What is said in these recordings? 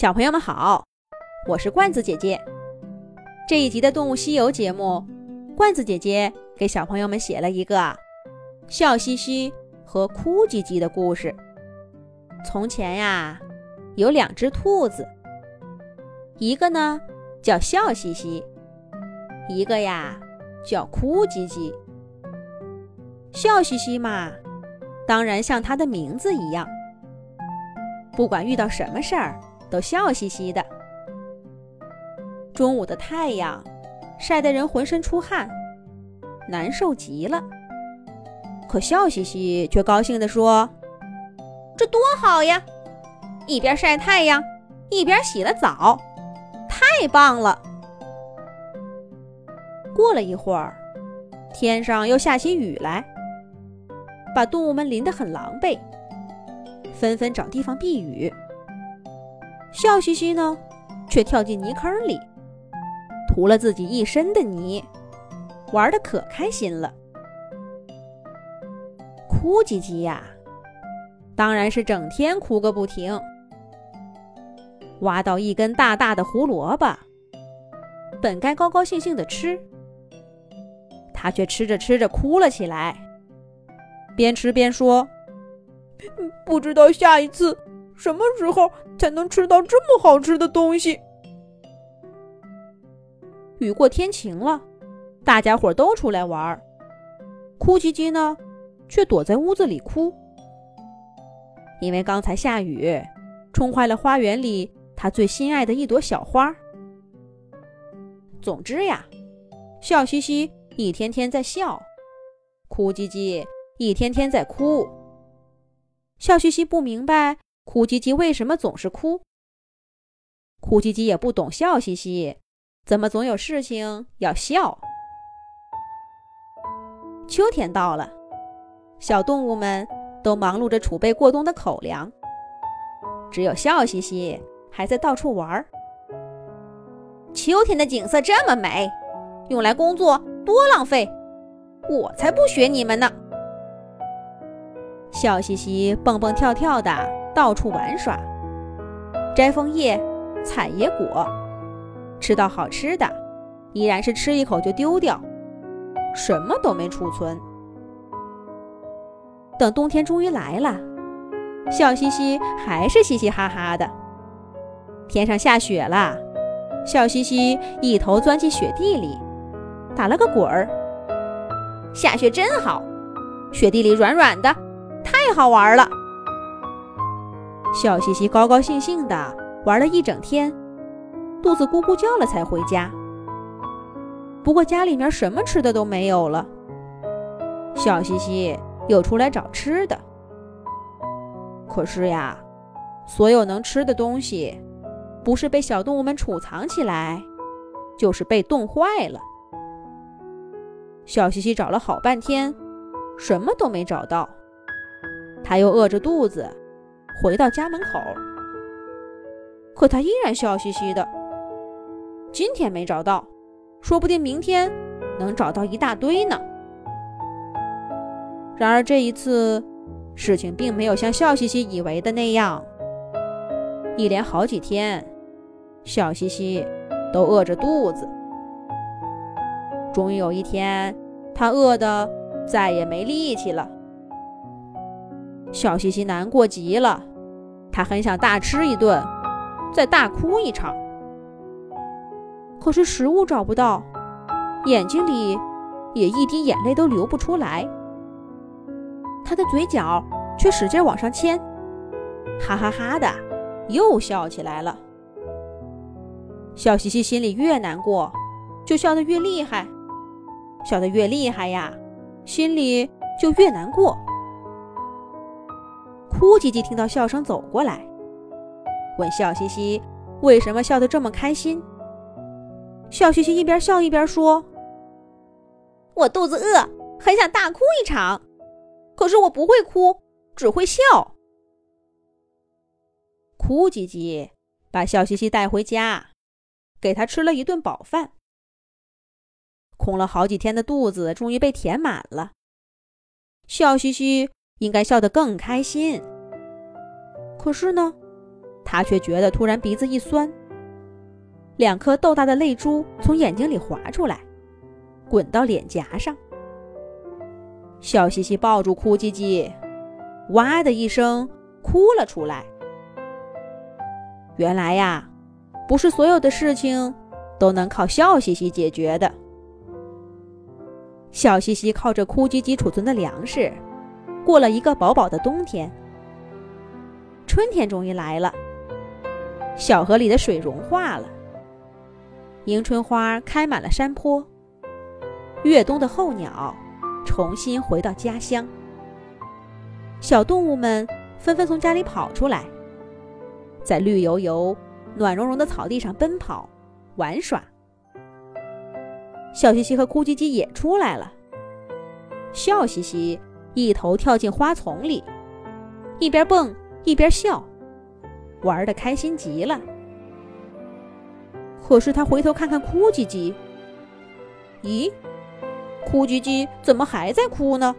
小朋友们好，我是罐子姐姐。这一集的动物西游节目，罐子姐姐给小朋友们写了一个笑嘻嘻和哭唧唧的故事。从前呀，有两只兔子，一个呢叫笑嘻嘻，一个呀叫哭唧唧。笑嘻嘻嘛，当然像它的名字一样，不管遇到什么事儿都笑嘻嘻的。中午的太阳晒得人浑身出汗，难受极了。可笑嘻嘻却高兴地说：这多好呀，一边晒太阳一边洗了澡，太棒了。过了一会儿，天上又下起雨来，把动物们淋得很狼狈，纷纷找地方避雨。笑嘻嘻呢，却跳进泥坑里，涂了自己一身的泥，玩得可开心了。哭唧唧呀，当然是整天哭个不停。挖到一根大大的胡萝卜，本该高高兴兴地吃，他却吃着吃着哭了起来，边吃边说：不知道下一次什么时候才能吃到这么好吃的东西。雨过天晴了，大家伙都出来玩，哭唧唧呢却躲在屋子里哭，因为刚才下雨冲坏了花园里他最心爱的一朵小花。总之呀，笑嘻嘻一天天在笑，哭唧唧一天天在哭。笑嘻嘻不明白哭唧唧为什么总是哭，哭唧唧也不懂笑嘻嘻怎么总有事情要笑。秋天到了，小动物们都忙碌着储备过冬的口粮，只有笑嘻嘻还在到处玩。秋天的景色这么美，用来工作多浪费，我才不学你们呢。笑嘻嘻蹦蹦跳跳的到处玩耍，摘枫叶，采野果，吃到好吃的依然是吃一口就丢掉，什么都没储存。等冬天终于来了，笑嘻嘻还是嘻嘻哈哈的。天上下雪了，笑嘻嘻一头钻进雪地里，打了个滚儿。下雪真好，雪地里软软的，太好玩了。笑嘻嘻高高兴兴地玩了一整天，肚子咕咕叫了才回家。不过家里面什么吃的都没有了，笑嘻嘻又出来找吃的。可是呀，所有能吃的东西不是被小动物们储藏起来，就是被冻坏了。笑嘻嘻找了好半天，什么都没找到。他又饿着肚子回到家门口，可他依然笑嘻嘻的。今天没找到，说不定明天能找到一大堆呢。然而这一次，事情并没有像笑嘻嘻以为的那样。一连好几天，笑嘻嘻都饿着肚子。终于有一天，他饿得再也没力气了。笑嘻嘻难过极了，他很想大吃一顿，再大哭一场。可是食物找不到，眼睛里也一滴眼泪都流不出来。他的嘴角却使劲往上牵，哈哈哈的又笑起来了。笑嘻嘻心里越难过，就笑得越厉害，笑得越厉害呀，心里就越难过。哭唧唧听到笑声走过来，问笑嘻嘻为什么笑得这么开心。笑嘻嘻一边笑一边说：我肚子饿，很想大哭一场，可是我不会哭，只会笑。哭唧唧把笑嘻嘻带回家，给他吃了一顿饱饭。空了好几天的肚子终于被填满了，笑嘻嘻应该笑得更开心。可是呢， 他却觉得突然鼻子一酸，2颗豆大的泪珠从眼睛里滑出来，滚到脸颊上。笑嘻嘻抱住哭唧唧，哇的一声哭了出来。原来呀，不是所有的事情都能靠笑嘻嘻解决的。笑嘻嘻靠着哭唧唧储存的粮食，过了一个饱饱的冬天。春天终于来了，小河里的水融化了，迎春花开满了山坡，越冬的候鸟重新回到家乡。小动物们纷纷从家里跑出来，在绿油油、暖融融的草地上奔跑、玩耍。笑嘻嘻和哭唧唧也出来了。笑嘻嘻一头跳进花丛里，一边蹦一边笑，玩得开心极了。可是他回头看看哭唧唧，咦，哭唧唧怎么还在哭呢？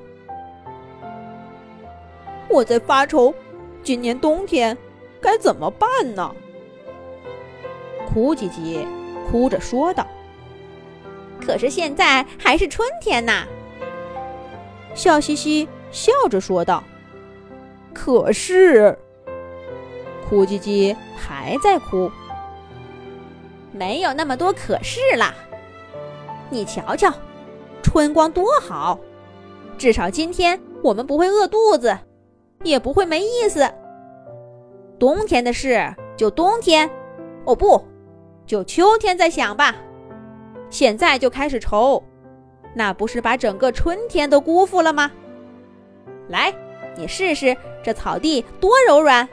我在发愁，今年冬天该怎么办呢？哭唧唧哭着说道。可是现在还是春天呐。笑嘻嘻笑着说道。可是，哭唧唧还在哭。没有那么多可是啦，你瞧瞧，春光多好，至少今天我们不会饿肚子，也不会没意思。冬天的事就冬天，哦不，就秋天再想吧。现在就开始愁，那不是把整个春天都辜负了吗？来，你试试这草地多柔软。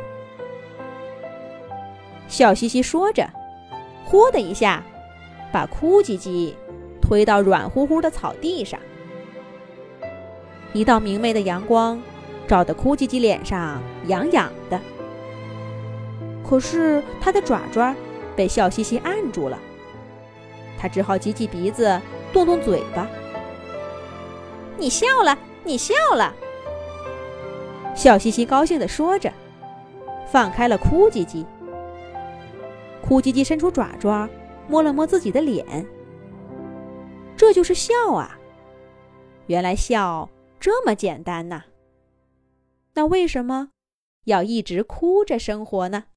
笑嘻嘻说着，呼的一下把哭唧唧推到软乎乎的草地上。一道明媚的阳光照得哭唧唧脸上痒痒的，可是他的爪爪被笑嘻嘻按住了，他只好挤挤鼻子，动动嘴巴。你笑了，你笑了。笑嘻嘻高兴地说着，放开了哭唧唧。哭唧唧伸出爪爪，摸了摸自己的脸。这就是笑啊！原来笑这么简单呐。那为什么要一直哭着生活呢？